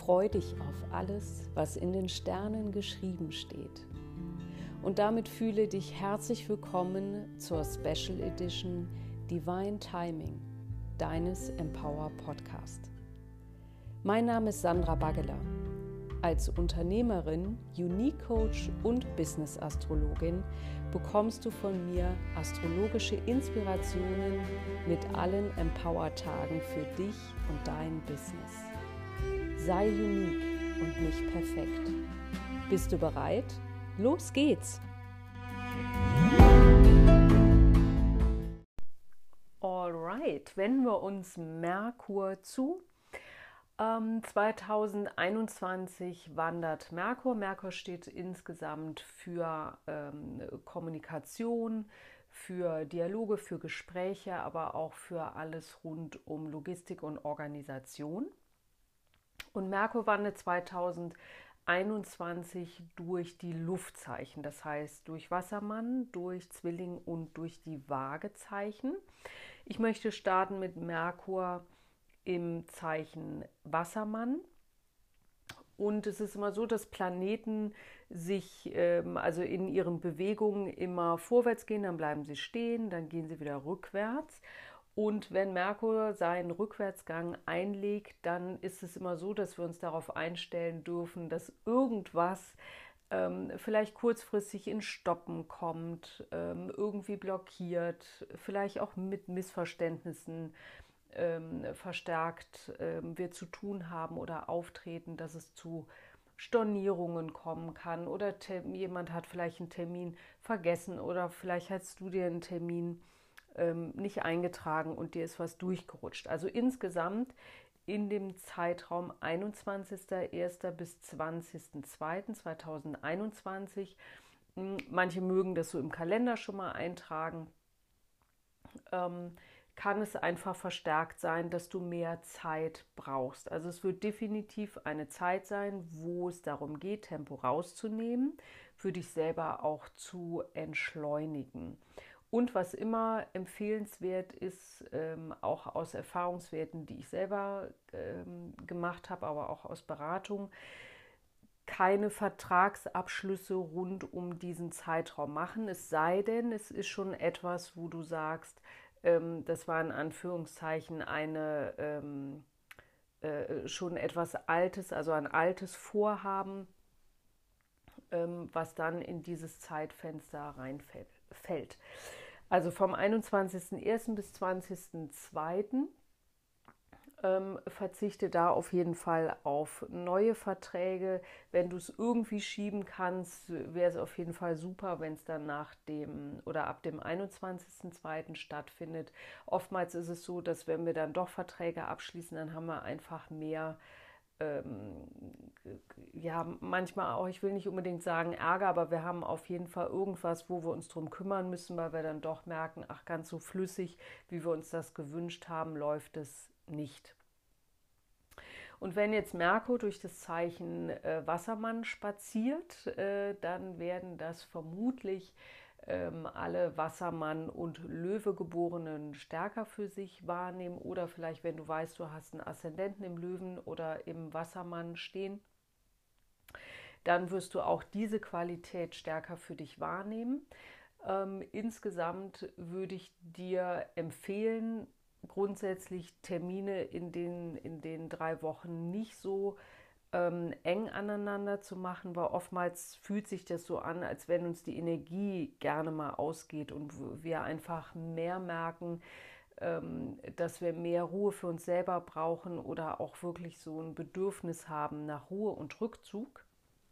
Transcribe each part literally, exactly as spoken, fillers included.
Freu dich auf alles, was in den Sternen geschrieben steht. Und damit fühle dich herzlich willkommen zur Special Edition Divine Timing, deines Empower Podcast. Mein Name ist Sandra Baggeler. Als Unternehmerin, Unique Coach und Business Astrologin bekommst du von mir astrologische Inspirationen mit allen Empower-Tagen für dich und dein Business. Sei unique und nicht perfekt. Bist du bereit? Los geht's! Alright, wenden wir uns Merkur zu. Ähm, zweitausendeinundzwanzig wandert Merkur. Merkur steht insgesamt für ähm, Kommunikation, für Dialoge, für Gespräche, aber auch für alles rund um Logistik und Organisation. Und Merkur wandert zweitausendeinundzwanzig durch die Luftzeichen, das heißt durch Wassermann, durch Zwilling und durch die Waagezeichen. Ich möchte starten mit Merkur im Zeichen Wassermann. Und es ist immer so, dass Planeten sich, ähm, also in ihren Bewegungen immer vorwärts gehen, dann bleiben sie stehen, dann gehen sie wieder rückwärts. Und wenn Merkur seinen Rückwärtsgang einlegt, dann ist es immer so, dass wir uns darauf einstellen dürfen, dass irgendwas ähm, vielleicht kurzfristig in Stoppen kommt, ähm, irgendwie blockiert, vielleicht auch mit Missverständnissen ähm, verstärkt ähm, wir zu tun haben oder auftreten, dass es zu Stornierungen kommen kann oder jemand hat vielleicht einen Termin vergessen oder vielleicht hast du dir einen Termin nicht eingetragen und dir ist was durchgerutscht. Also insgesamt in dem Zeitraum einundzwanzigster erster bis zwanzigster zweiter zweitausendeinundzwanzig, manche mögen das so im Kalender schon mal eintragen, ähm, kann es einfach verstärkt sein, dass du mehr Zeit brauchst. Also es wird definitiv eine Zeit sein, wo es darum geht, Tempo rauszunehmen, für dich selber auch zu entschleunigen. Und was immer empfehlenswert ist, ähm, auch aus Erfahrungswerten, die ich selber ähm, gemacht habe, aber auch aus Beratung, keine Vertragsabschlüsse rund um diesen Zeitraum machen. Es sei denn, es ist schon etwas, wo du sagst, ähm, das war in Anführungszeichen eine ähm, äh, schon etwas Altes, also ein altes Vorhaben, ähm, was dann in dieses Zeitfenster reinfällt. Also vom einundzwanzigster erster bis zwanzigster zweiter Ähm, verzichte da auf jeden Fall auf neue Verträge. Wenn du es irgendwie schieben kannst, wäre es auf jeden Fall super, wenn es dann nach dem oder ab dem einundzwanzigster zweiter stattfindet. Oftmals ist es so, dass wenn wir dann doch Verträge abschließen, dann haben wir einfach mehr Ähm, ja, manchmal auch, ich will nicht unbedingt sagen Ärger, aber wir haben auf jeden Fall irgendwas, wo wir uns drum kümmern müssen, weil wir dann doch merken, ach, ganz so flüssig, wie wir uns das gewünscht haben, läuft es nicht. Und wenn jetzt Merkur durch das Zeichen äh, Wassermann spaziert, äh, dann werden das vermutlich ähm, alle Wassermann- und Löwegeborenen stärker für sich wahrnehmen. Oder vielleicht, wenn du weißt, du hast einen Aszendenten im Löwen oder im Wassermann stehen, dann wirst du auch diese Qualität stärker für dich wahrnehmen. Ähm, insgesamt würde ich dir empfehlen, grundsätzlich Termine in den, in den drei Wochen nicht so ähm, eng aneinander zu machen, weil oftmals fühlt sich das so an, als wenn uns die Energie gerne mal ausgeht und wir einfach mehr merken, ähm, dass wir mehr Ruhe für uns selber brauchen oder auch wirklich so ein Bedürfnis haben nach Ruhe und Rückzug.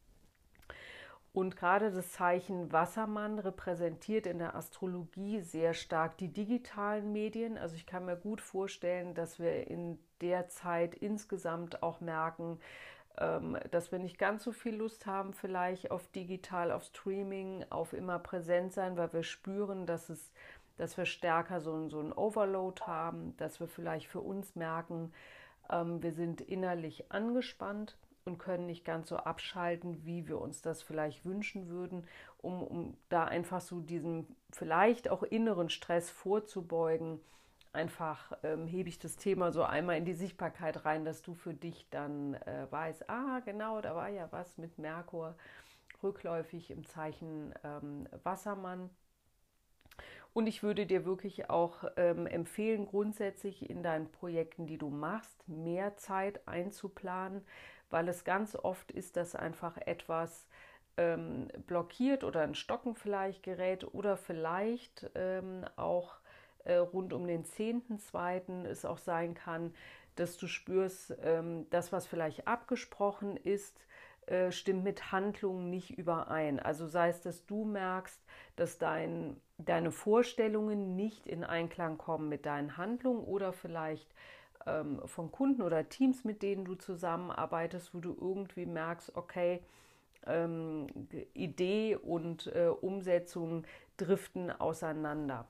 Und gerade das Zeichen Wassermann repräsentiert in der Astrologie sehr stark die digitalen Medien. Also ich kann mir gut vorstellen, dass wir in der Zeit insgesamt auch merken, ähm, dass wir nicht ganz so viel Lust haben vielleicht auf digital, auf Streaming, auf immer präsent sein, weil wir spüren, dass, es, dass wir stärker so, so einen Overload haben, dass wir vielleicht für uns merken, ähm, wir sind innerlich angespannt und können nicht ganz so abschalten, wie wir uns das vielleicht wünschen würden, um, um da einfach so diesem vielleicht auch inneren Stress vorzubeugen, einfach ähm, hebe ich das Thema so einmal in die Sichtbarkeit rein, dass du für dich dann äh, weißt, ah genau, da war ja was mit Merkur rückläufig im Zeichen ähm, Wassermann. Und ich würde dir wirklich auch ähm, empfehlen, grundsätzlich in deinen Projekten, die du machst, mehr Zeit einzuplanen, weil es ganz oft ist, dass einfach etwas ähm, blockiert oder ein Stocken vielleicht gerät oder vielleicht ähm, auch äh, rund um den zehnten zweiten es auch sein kann, dass du spürst, ähm, das, was vielleicht abgesprochen ist, äh, stimmt mit Handlungen nicht überein. Also sei es, dass du merkst, dass dein, deine Vorstellungen nicht in Einklang kommen mit deinen Handlungen oder vielleicht ähm, von Kunden oder Teams, mit denen du zusammenarbeitest, wo du irgendwie merkst, okay, ähm, Idee und äh, Umsetzung driften auseinander.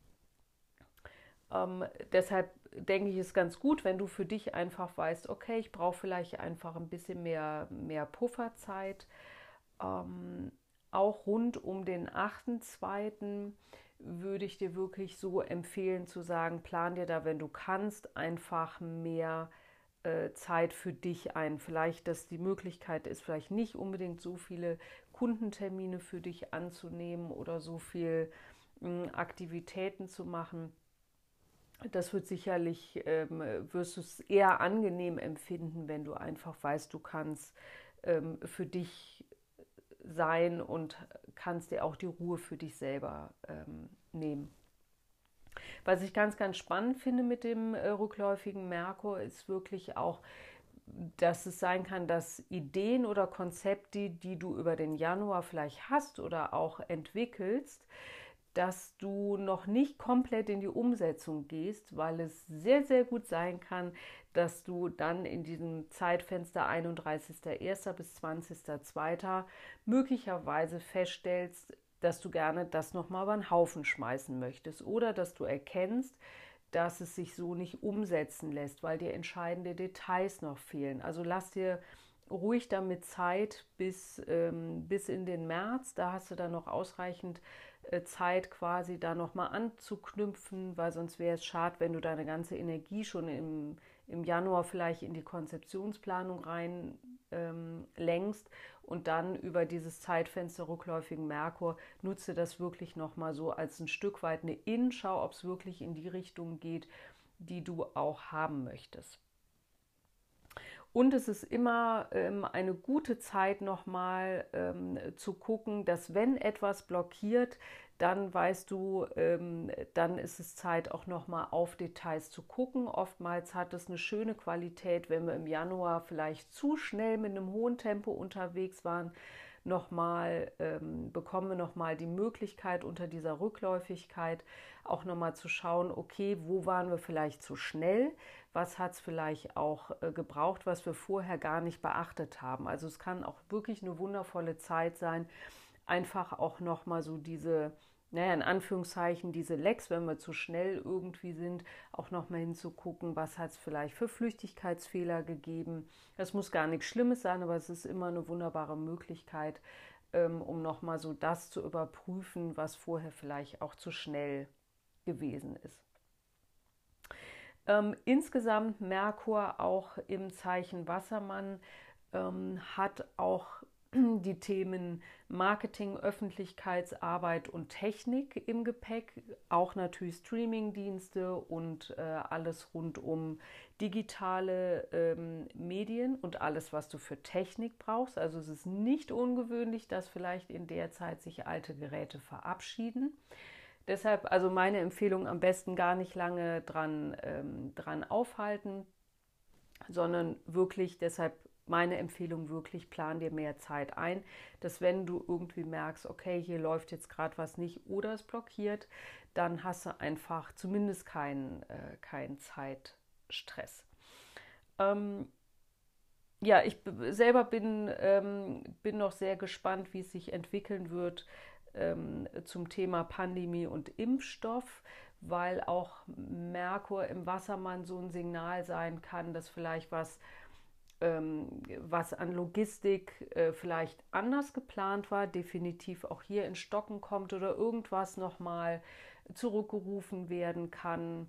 Ähm, deshalb denke ich, ist ganz gut, wenn du für dich einfach weißt, okay, ich brauche vielleicht einfach ein bisschen mehr, mehr Pufferzeit. Ähm, auch rund um den achten zweiten würde ich dir wirklich so empfehlen zu sagen, plan dir da, wenn du kannst, einfach mehr äh, Zeit für dich ein. Vielleicht, dass die Möglichkeit ist, vielleicht nicht unbedingt so viele Kundentermine für dich anzunehmen oder so viel mh, Aktivitäten zu machen. Das wird sicherlich, ähm, wirst du es eher angenehm empfinden, wenn du einfach weißt, du kannst ähm, für dich sein und kannst dir auch die Ruhe für dich selber ähm, nehmen. Was ich ganz, ganz spannend finde mit dem äh, rückläufigen Merkur, ist wirklich auch, dass es sein kann, dass Ideen oder Konzepte, die du über den Januar vielleicht hast oder auch entwickelst, dass du noch nicht komplett in die Umsetzung gehst, weil es sehr, sehr gut sein kann, dass du dann in diesem Zeitfenster einunddreißigster erster bis zwanzigster zweiter möglicherweise feststellst, dass du gerne das nochmal über den Haufen schmeißen möchtest oder dass du erkennst, dass es sich so nicht umsetzen lässt, weil dir entscheidende Details noch fehlen. Also lass dir ruhig damit Zeit bis, ähm, bis in den März. Da hast du dann noch ausreichend äh, Zeit quasi da nochmal anzuknüpfen, weil sonst wäre es schade, wenn du deine ganze Energie schon im, im Januar vielleicht in die Konzeptionsplanung rein ähm, lenkst und dann über dieses Zeitfenster rückläufigen Merkur nutze das wirklich nochmal so als ein Stück weit eine Innenschau, ob es wirklich in die Richtung geht, die du auch haben möchtest. Und es ist immer ähm, eine gute Zeit, nochmal ähm, zu gucken, dass wenn etwas blockiert, dann weißt du, ähm, dann ist es Zeit, auch nochmal auf Details zu gucken. Oftmals hat es eine schöne Qualität, wenn wir im Januar vielleicht zu schnell mit einem hohen Tempo unterwegs waren, nochmal, ähm, bekommen wir nochmal die Möglichkeit unter dieser Rückläufigkeit auch nochmal zu schauen, okay, wo waren wir vielleicht zu schnell, was hat es vielleicht auch äh, gebraucht, was wir vorher gar nicht beachtet haben. Also es kann auch wirklich eine wundervolle Zeit sein, einfach auch nochmal so diese, naja, in Anführungszeichen, diese Lecks, wenn wir zu schnell irgendwie sind, auch nochmal hinzugucken, was hat es vielleicht für Flüchtigkeitsfehler gegeben. Das muss gar nichts Schlimmes sein, aber es ist immer eine wunderbare Möglichkeit, ähm, um nochmal so das zu überprüfen, was vorher vielleicht auch zu schnell gewesen ist. Ähm, insgesamt Merkur auch im Zeichen Wassermann ähm, hat auch die Themen Marketing, Öffentlichkeitsarbeit und Technik im Gepäck, auch natürlich Streamingdienste und äh, alles rund um digitale ähm, Medien und alles, was du für Technik brauchst. Also es ist nicht ungewöhnlich, dass vielleicht in der Zeit sich alte Geräte verabschieden. Deshalb also meine Empfehlung, am besten gar nicht lange dran, ähm, dran aufhalten, sondern wirklich deshalb meine Empfehlung wirklich, plan dir mehr Zeit ein, dass wenn du irgendwie merkst, okay, hier läuft jetzt gerade was nicht oder es blockiert, dann hast du einfach zumindest keinen, äh, keinen Zeitstress. Ähm, ja, ich selber bin, ähm, bin noch sehr gespannt, wie es sich entwickeln wird ähm, zum Thema Pandemie und Impfstoff, weil auch Merkur im Wassermann so ein Signal sein kann, dass vielleicht was, ähm, was an Logistik äh, vielleicht anders geplant war, definitiv auch hier in Stocken kommt oder irgendwas nochmal zurückgerufen werden kann.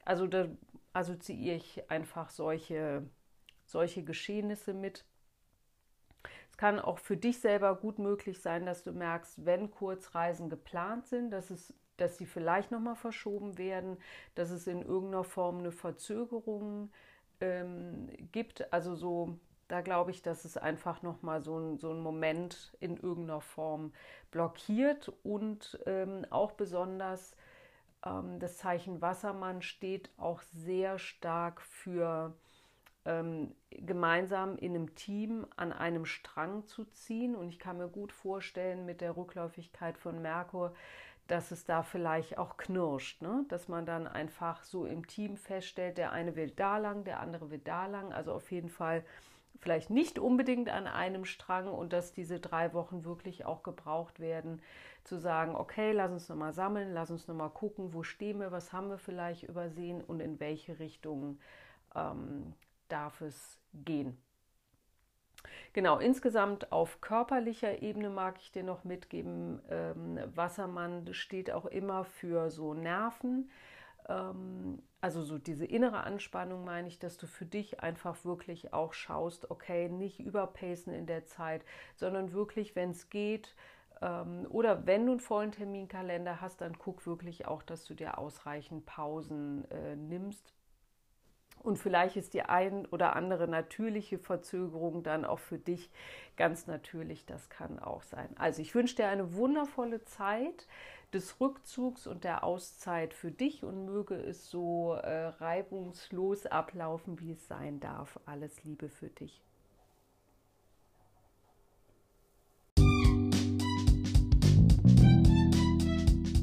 Also da assoziiere ich einfach solche, solche Geschehnisse mit. Es kann auch für dich selber gut möglich sein, dass du merkst, wenn Kurzreisen geplant sind, dass es dass sie vielleicht nochmal verschoben werden, dass es in irgendeiner Form eine Verzögerung ähm, gibt. Also so, da glaube ich, dass es einfach nochmal so ein, so ein Moment in irgendeiner Form blockiert. Und ähm, auch besonders ähm, das Zeichen Wassermann steht auch sehr stark für ähm, gemeinsam in einem Team an einem Strang zu ziehen. Und ich kann mir gut vorstellen, mit der Rückläufigkeit von Merkur, dass es da vielleicht auch knirscht, ne? Dass man dann einfach so im Team feststellt, der eine will da lang, der andere will da lang. Also auf jeden Fall vielleicht nicht unbedingt an einem Strang und dass diese drei Wochen wirklich auch gebraucht werden, zu sagen, okay, lass uns nochmal sammeln, lass uns nochmal gucken, wo stehen wir, was haben wir vielleicht übersehen und in welche Richtung ähm, darf es gehen. Genau, insgesamt auf körperlicher Ebene mag ich dir noch mitgeben, ähm, Wassermann steht auch immer für so Nerven, ähm, also so diese innere Anspannung meine ich, dass du für dich einfach wirklich auch schaust, okay, nicht überpacen in der Zeit, sondern wirklich, wenn es geht, ähm, oder wenn du einen vollen Terminkalender hast, dann guck wirklich auch, dass du dir ausreichend Pausen äh, nimmst. Und vielleicht ist die ein oder andere natürliche Verzögerung dann auch für dich ganz natürlich. Das kann auch sein. Also ich wünsche dir eine wundervolle Zeit des Rückzugs und der Auszeit für dich und möge es so äh, reibungslos ablaufen, wie es sein darf. Alles Liebe für dich.